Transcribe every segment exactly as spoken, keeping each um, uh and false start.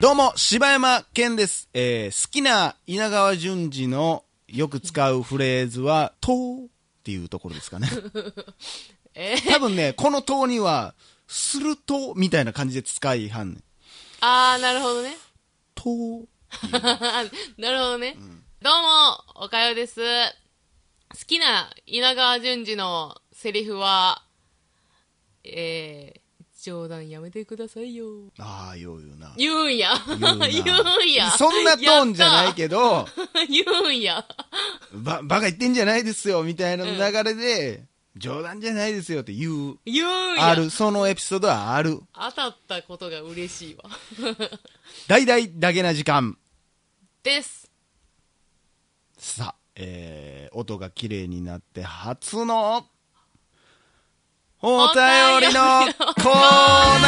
どうも、柴山健です。えー、好きな稲川淳二のよく使うフレーズは、とーっていうところですかね。 えー、 多分ね、このとーには、すると、みたいな感じで使いはんねん。 あー、なるほどね。 とー。 なるほどね。うん、どうも、おかよです。好きな稲川淳二のセリフは、えー、冗談やめてくださいよ。 ああ、言うよな。 言うんや。言うんや。 そんなトーンじゃないけど、 言うんや。 ば、バカ言ってんじゃないですよ、みたいな流れで、うん、冗談じゃないですよって言う。 言うんや。 ある、そのエピソードはある。 当たったことが嬉しいわ。 大々だけな時間。 です。 さあ、えー、音が綺麗になって初の、お便りのコーナ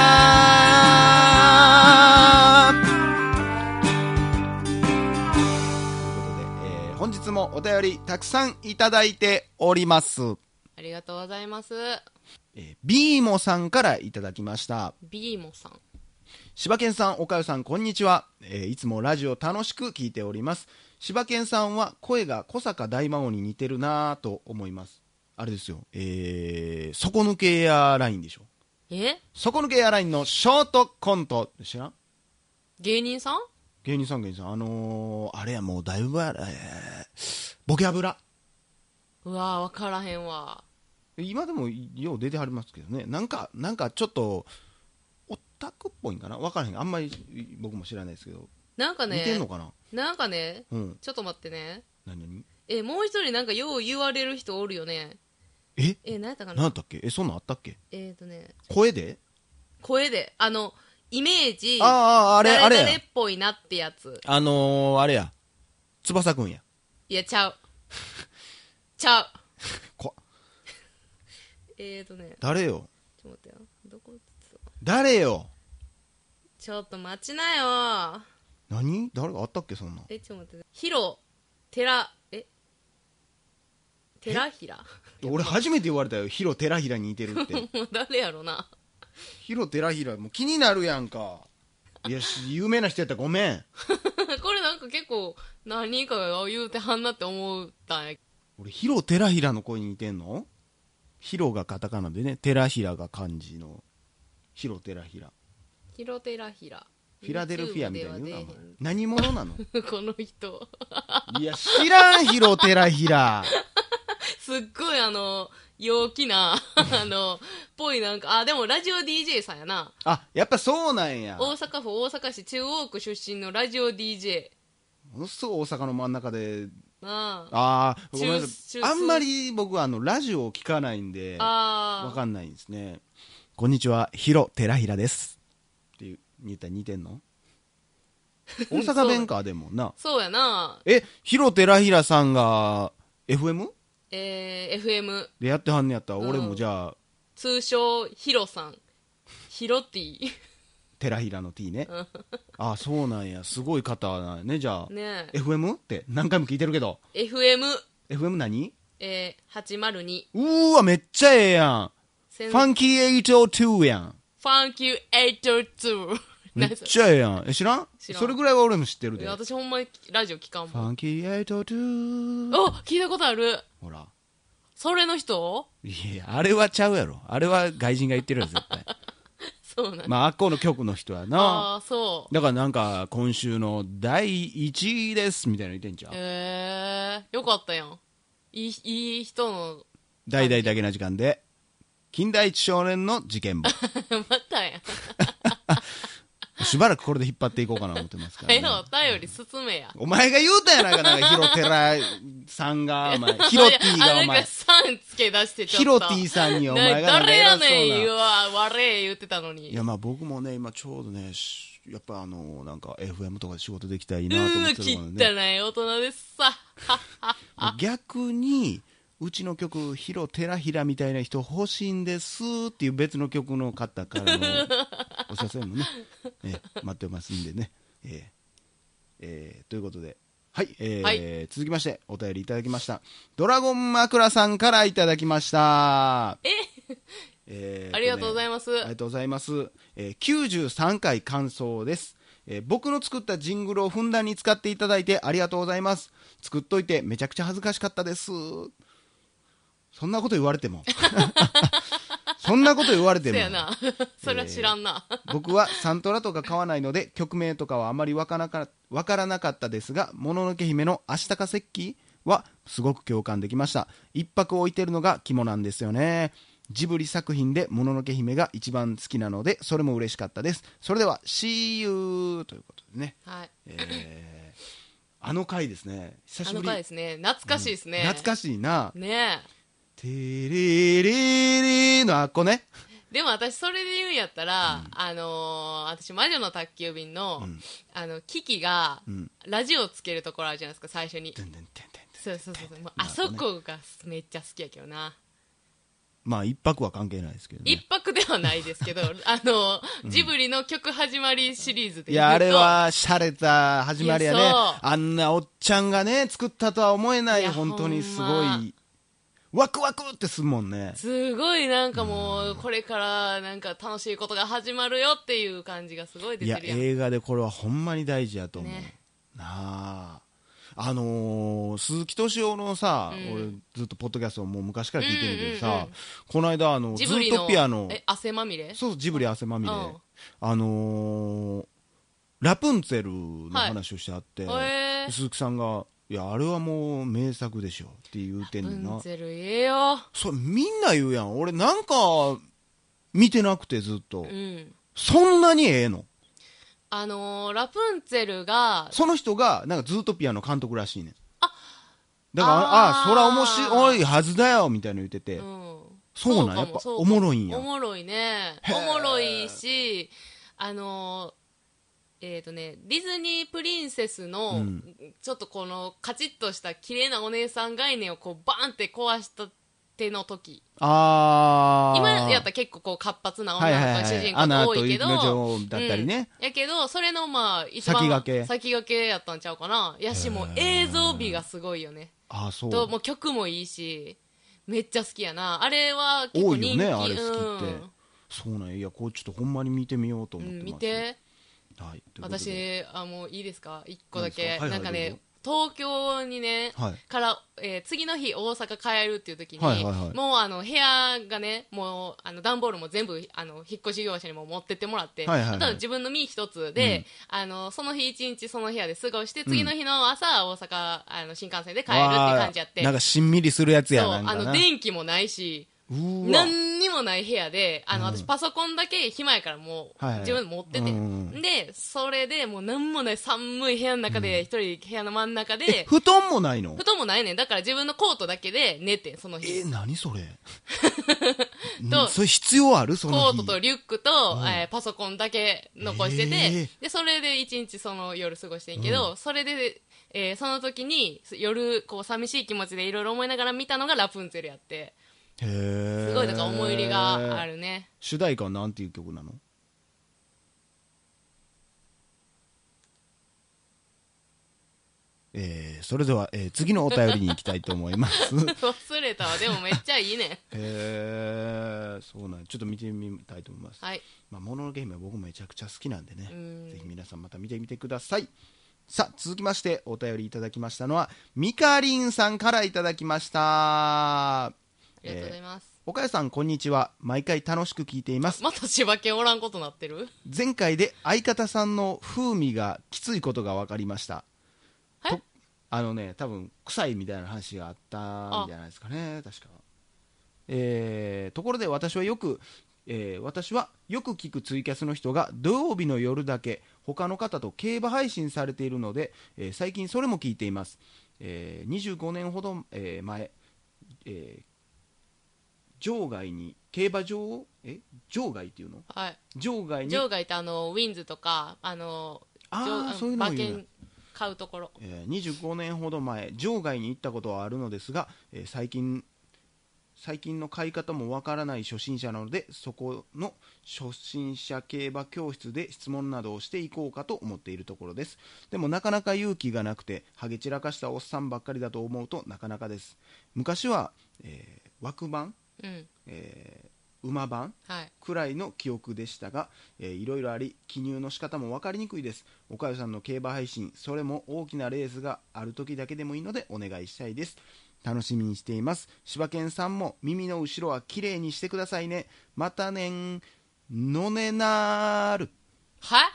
ーということで、えー、本日もお便りたくさんいただいております。 ありがとうございます。 えー、ビーモさんからいただきました。 ビーモさん。 柴犬さん、おかよさん、こんにちは。えー、いつもラジオ楽しく聞いております。柴犬さんは声が小坂大魔王に似てるなぁと思います。あれですよ、えー、底抜けエアラインでしょ。 え底抜けエアラインのショートコント知らん？ 芸人さん？ 芸人さん芸人さん。あのー、あれやもうだいぶあれ、えー、ボケ油。 うわー、わからへんわ。 今でもよう出てはりますけどね。なんか、なんかちょっと、オタクっぽいんかな？わからへん。あんまり僕も知らないですけど。 なんかね、 似てんのかな？ なんかね、 うん、 ちょっと待ってね。 何何？ え、もう一人なんかよう言われる人おるよね。 ええ、何やったかな？ 何やったっけ？え、そんなんあったっけ？ えーとね、 声で？ 声で、あの、イメージ、 ああ、あれ、あれや。 誰々っぽいなってやつ。 あのー、あれや。翼くんや。 いや、ちゃう。ちゃう。 こえーとね、 誰よ。 ちょっと待ってよ。どこ？ 誰よ。 ちょっと待ちなよ。 何？誰があったっけそんな。 え、ちょっと待って。ヒロ、テラ、えテラヒラ。 俺初めて言われたよ。ヒロテラヒラに似てるって。 もう誰やろな。 ヒロテラヒラ、もう気になるやんか。いや、有名な人やったらごめん。 これなんか結構何人かが言うてはんなって思ったんや。 俺、ヒロテラヒラの声に似てんの？ヒロがカタカナでね、テラヒラが漢字の。ヒロテラヒラ。 ヒロテラヒラ。 フィラデルフィアみたいな言うな。何者なの？ この人。 いや、知らん、ヒロテラヒラ。 すっごいあの、陽気な、あの、ぽいなんか、あ、でもラジオ ディージェー さんやな。 あ、やっぱそうなんや。 大阪府大阪市中央区出身のラジオ ディージェー。 ものすごい大阪の真ん中で。 あああ、ごめんなさい。あんまり僕はあの、ラジオを聞かないんで、 あわかんないんですね。こんにちは、ヒロテラヒラです。っていう、似た似てんの？大阪弁か、でもな。 そうやな。 え、ヒロテラヒラさんが、エフエム？ えー、エフエム。 でやってはんねやったら、俺もじゃあ、 通称、ヒロさん。ヒロティ。 テラヒラの T ね。ああ、そうなんや。すごい方なんやね、じゃあ。 ねえ。 エフエム って何回も聞いてるけど。 エフエム。 エフエム 何？ えー、はちまるに。 うーわ、めっちゃええやん。ファンキーはちまるにやん。 ファンキーはちまるに。 めっちゃええやん。え、知らん？知らん。それぐらいは俺も知ってるで。 いや、私ほんまにラジオ聞かんもん。 ファンキーはちまるに。 あ、聞いたことある。 ほら。 それの人？ いや、あれはちゃうやろ。あれは外人が言ってるやつ絶対。 そうなんだ。 まあ、あっこの局の人やな。 ああ、そう。 だからなんか、今週のだいいちいですみたいなの言ってんちゃう？ えー、よかったやん。いい、いい人の。 大々だけな時間で、金田一少年の事件簿。 またやん。 しばらくこれで引っ張っていこうかな思ってますから、ね。 えお便り進めや。 お前が言うたやないか、なんかヒロテラさんが、お前。ヒロティがお前。 さんつけ出してちょっと。 ヒロティさんにお前がなんか誰や偉そうな。 ねん言うわ、悪い言ってたのに。 いや、まあ僕もね、今ちょうどね、やっぱあの、なんか エフエム とかで仕事できたらいいなと思ってるからね。 うー、汚い大人ですさ。 逆に、うちの曲、ヒロテラヒラみたいな人欲しいんですっていう別の曲の方からのお誘いもね、えー、待ってますんでね。えーえー、ということで、はい、えーはい、続きましてお便りいただきました。ドラゴン枕さんからいただきました。 ええーね、 ありがとうございます。 ありがとうございます。えー、きゅうじゅうさんかい感想です。 えー僕の作ったジングルをふんだんに使っていただいてありがとうございます。作っといてめちゃくちゃ恥ずかしかったです。そんなこと言われてもそんなこと言われてもそうやなそれは知らんな、 えー僕はサントラとか買わないので曲名とかはあまりわからなかわからなかったですが、もののけ姫の明日か石器はすごく共感できました。一泊置いてるのが肝なんですよね。ジブリ作品でもののけ姫が一番好きなのでそれも嬉しかったです。それでは See you ということでね、 はい、 えー、あの回ですね。久しぶり。 あの回ですね。懐かしいですね、 うん、懐かしいな。 ねえテレレレのあっこね。 でも私それで言うんやったら、うん、あのー、私魔女の宅急便の、うん、あのキキが、うん、ラジオをつけるところあるじゃないですか最初に。そうそうそうそう、あそこがめっちゃ好きやけどな。 まあ一泊は関係ないですけどね。 一泊ではないですけどあの、うん、ジブリの曲始まりシリーズでいやあれは洒落た始まりやね。あんなおっちゃんがね作ったとは思えない。本当にすごいワクワクってするもんね。 すごいなんかもうこれからなんか楽しいことが始まるよっていう感じがすごい出てるやん。 いや映画でこれはほんまに大事やと思う、ね、なあ。あのー、鈴木敏夫のさ、うん、俺ずっとポッドキャストをもう昔から聞いてるけどさ、うんうんうん、この間あのズートピアのえ汗まみれそうジブリ汗まみれ、うん、あのー、ラプンツェルの話をしてあって、はい、鈴木さんがいやあれはもう名作でしょって言うてんねんな。 ラプンツェルええよ。 それみんな言うやん。俺なんか見てなくてずっと、うん、そんなにええの。 あのー、ラプンツェルがその人がなんかズートピアの監督らしいねん。あだからああそら面白いはずだよみたいな言ってて、うん、そうなんやっぱおもろいんや。 おもろいね。おもろいしあのーえーとね、ディズニープリンセスの、うん、ちょっとこのカチッとした綺麗なお姉さん概念をこうバーンって壊した手の時、あ今やったら結構こう活発な女の子が主人公が多いけど、アナと雪の女王だったりね、うん、やけどそれのまあ一番先駆け先駆けやったんちゃうかな。やしも映像美がすごいよね。あそうともう曲もいいしめっちゃ好きやな。あれは結構人気。多いよねあれ好きって、うん、そうなんや。いやこうちょっとほんまに見てみようと思ってます、うん、見て。はい、私あもういいですかいっこだけ、はいはい、なんかね東京にね、はい、から、えー、次の日大阪帰るっていう時に、はいはいはい、もうあの部屋がねもうあの段ボールも全部あの引っ越し業者にも持ってってもらって、はいはいはい、あとは自分の身一つで、うん、あのその日一日その部屋で過ごして次の日の朝、うん、大阪あの新幹線で帰るって感じやって。 なんかしんみりするやつや。 そうなんかなあの電気もないし何にもない部屋であの、うん、私パソコンだけ暇やからもう、はいはい、自分で持ってて、うん、でそれでもう何もない寒い部屋の中で一、うん、人部屋の真ん中で布団もないの。 布団もないねん。だから自分のコートだけで寝てその日。 えー、何それとそれ必要あるその日。 コートとリュックと、うんえー、パソコンだけ残してて、えー、でそれで一日その夜過ごしてんけど、うん、それで、えー、その時に夜こう寂しい気持ちでいろいろ思いながら見たのがラプンツェルやって。へすごいだから思い入りがあるね。 主題歌はなんていう曲なの？えー、それでは、えー、次のお便りに行きたいと思います忘れたわ。でもめっちゃいいねへえそうなんちょっと見てみたいと思います。はい、まあ、もののけ姫は僕めちゃくちゃ好きなんでね、ぜひ皆さんまた見てみてください。さあ続きましてお便りいただきましたのはみかりんさんからいただきました。 ありがとうございます。 えー、岡谷さんこんにちは。毎回楽しく聞いています。 また柴犬おらんことなってる。 前回で相方さんの風味がきついことが分かりました。とあのね多分臭いみたいな話があったんじゃないですかね確か、えー、ところで私はよく、えー、私はよく聞くツイキャスの人が土曜日の夜だけ他の方と競馬配信されているので、えー、最近それも聞いています。えー、にじゅうごねんほど、えー、前、えー場外に競馬場え場外っていうの、はい、場外に場外ってあのウィンズとかあのあそういうのを馬券買うところ、 えー、にじゅうごねんほど前場外に行ったことはあるのですが、えー、最近最近の買い方もわからない初心者なのでそこの初心者競馬教室で質問などをしていこうかと思っているところです。でもなかなか勇気がなくてハゲ散らかしたおっさんばっかりだと思うとなかなかです。昔は、えー、枠番うんえー、馬番、はい、 くらいの記憶でしたが、えー、いろいろあり記入の仕方も分かりにくいです。おかゆさんの競馬配信、それも大きなレースがある時だけでもいいのでお願いしたいです。楽しみにしています。柴犬さんも耳の後ろはきれいにしてくださいね。またねん、のねなーる。 はい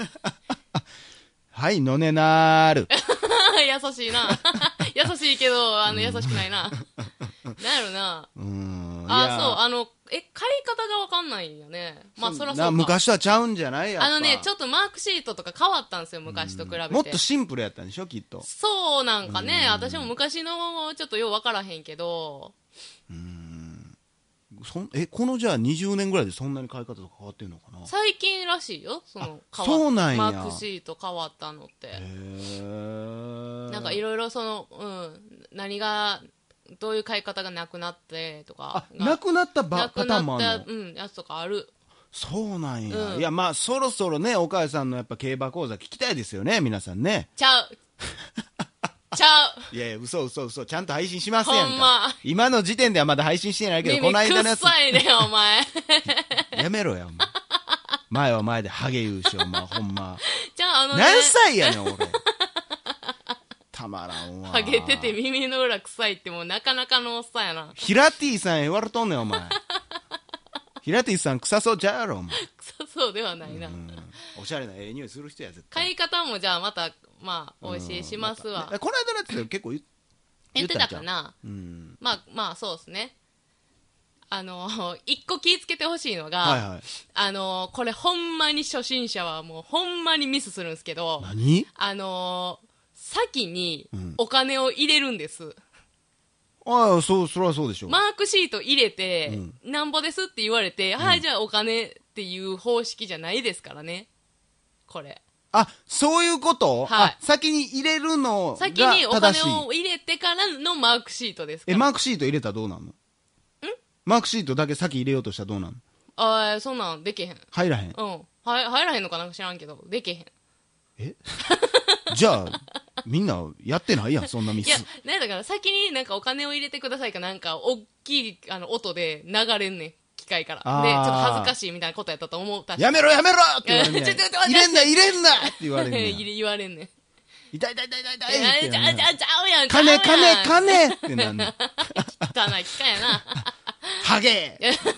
はい、のねなーる。 優しいな優しいけどあの優しくないななんやろな。 うーん、 あ、そう、あのえ買い方が分かんないんよね。まあそらそうか。 昔とはちゃうんじゃない？やっぱあのね、ちょっとマークシートとか変わったんですよ、昔と比べて。 もっとシンプルやったんでしょ、きっと。 そうなんかね、私も昔のちょっとよう分からへんけど。 うーん、そんえこのじゃあにじゅうねんぐらいでそんなに買い方とか変わってんのかな。 最近らしいよ、その変わそうなんや。 マークシート変わったのって。 へー、 なんかいろいろその、うん、何がどういう買い方がなくなってとかあ、なくなったパなくターンもなった、 あるの？ うん、やつとかある。 そうなんや、 うん、 いやまあそろそろね、おかゆさんのやっぱ競馬講座聞きたいですよね、皆さんね。 ちゃうちゃういやいや、嘘嘘嘘、ちゃんと配信しますやんか。 ほんま今の時点ではまだ配信してないけど、 耳この間のやつくっさいねお前やめろや、お前。前は前でハゲ言うし、お前ほんま。 じゃああのね、 何歳やねん俺。たまらんわ。 ハゲてて耳の裏臭いってもうなかなかのおっさんやな。 ヒラティさん言われとんねんお前。ヒラティさん臭そうちゃうやろお前。 臭そうではないな、うん、 おしゃれなええ匂いする人や絶対。 買い方もじゃあまたまあお教えしますわ、 ま、この間のやつで結構言言ってたかな、 うん、 まあまあそうですね。あの一個気ぃつけてほしいのが、 はいはい、 あのこれほんまに初心者はもうほんまにミスするんですけど、 何あの先にお金を入れるんです、 うん、ああ、そう、それはそうでしょう。 マークシート入れて、うん、なんぼですって言われて、うん、はい、じゃあお金っていう方式じゃないですからね、これ。 あ、そういうこと？ はい。 先に入れるのが正しい。 先にお金を入れてからのマークシートですから。 え、マークシート入れたらどうなんの？ん？マークシートだけ先入れようとしたらどうなんの？ ああ、そんなんできへん。 入らへん。 うん。は入らへんのかなんか知らんけど、できへん。 えじゃあ、みんなやってないやん、そんなミス。 いや、なんだから先になんかお金を入れてくださいかなんか、大きいあの音で流れんねん。機械から。で、ちょっと恥ずかしいみたいなことやったと思う。 やめろやめろって言われんねん。入れんな入れんなって言われんねん。 言われんねん。 痛い痛い痛い痛い痛いって。ちゃうちゃうちゃうやん。 金金金ってなんねん。 汚い機械やな。 ハゲ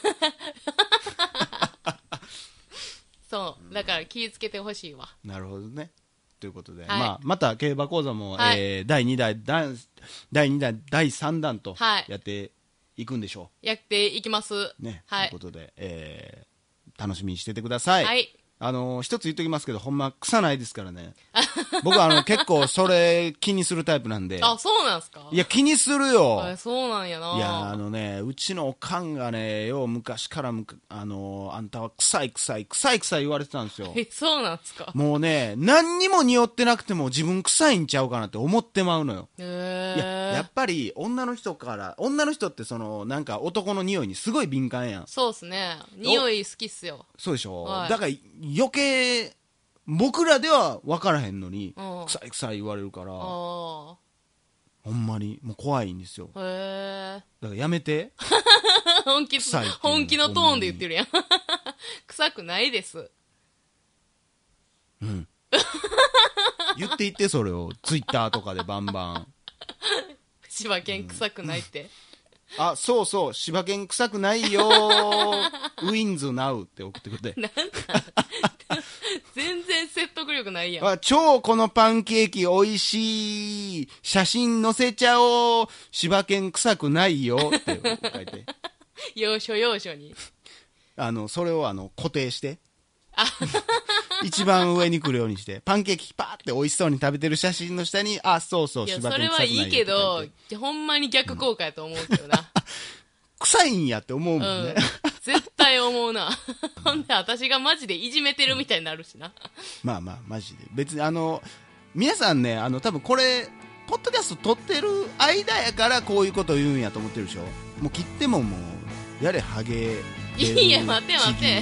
そう。だから気をつけてほしいわ。 なるほどね。ということで、 はい、 まあ、また競馬講座も、はい、えー、だいにだい、だいにだい、だいさん弾とやっていくんでしょう。 やっていきます。 ね。 はい、 ということで、えー、楽しみにしててください。 はい。 あのー、一つ言っときますけど、ほんま臭ないですからね。僕はあの結構それ気にするタイプなんで。 あ、そうなんすか？ いや、気にするよ。 あ、そうなんやな。 いや、あのね、うちのおかんがね、よう昔からむか、あのー、あんたは臭い臭い、臭い臭い言われてたんですよ。 え、そうなんすか？ もうね、何にも匂ってなくても自分臭いんちゃうかなって思ってまうのよ。 へー。 いや、やっぱり女の人から、女の人ってその、なんか男の匂いにすごい敏感やん。 そうっすね。匂い好きっすよ。 そうでしょ、 はい、 だから余計、僕らでは分からへんのに、 うん、 臭い臭い言われるから、 ほんまにもう怖いんですよ。 へー。 だからやめて。 本気、本気のトーンで言ってるやん。臭くないです。 うん。言って言って、それをツイッターとかでバンバン。 柴犬臭くないって、 うん、あ、そうそう、柴犬臭くないよーウィンズナウって送ってくれて。 なんだ全然説得力ないやん。 あ、超このパンケーキ美味しい、写真載せちゃおう、柴犬臭くないよって書いて。 要所要所に。 あの、それをあの、固定して。一番上に来るようにして、パンケーキパーって美味しそうに食べてる写真の下に、あ、そうそう、 柴犬臭くないよ。いや、それはいいけど、ほんまに逆効果やと思うけどな。うん、 臭いんやって思うもんね。うん、 絶対思うな。ほんで、私がマジでいじめてるみたいになるしな。 まあまあ、マジで。別に、あの、皆さんね、あの、多分これ、ポッドキャスト撮ってる間やからこういうことを言うんやと思ってるでしょ。もう切ってももう、やれ、ハゲ。 いや、待て待て。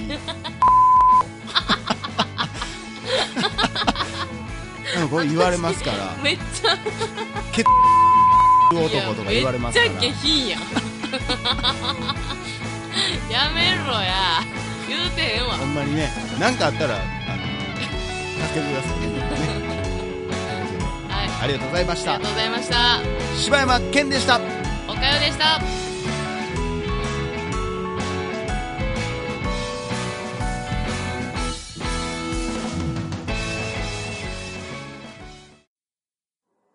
なんかこれ言われますから。 めっちゃ。 ケッ男とか言われますから。 めっちゃ下品やん。やめろや。 言うてへんわ。 ほんまにね、なんかあったら、あの、助けてくださいね。 はい。 ありがとうございましたありが。とうございました。 柴山健でした。 おかよでした。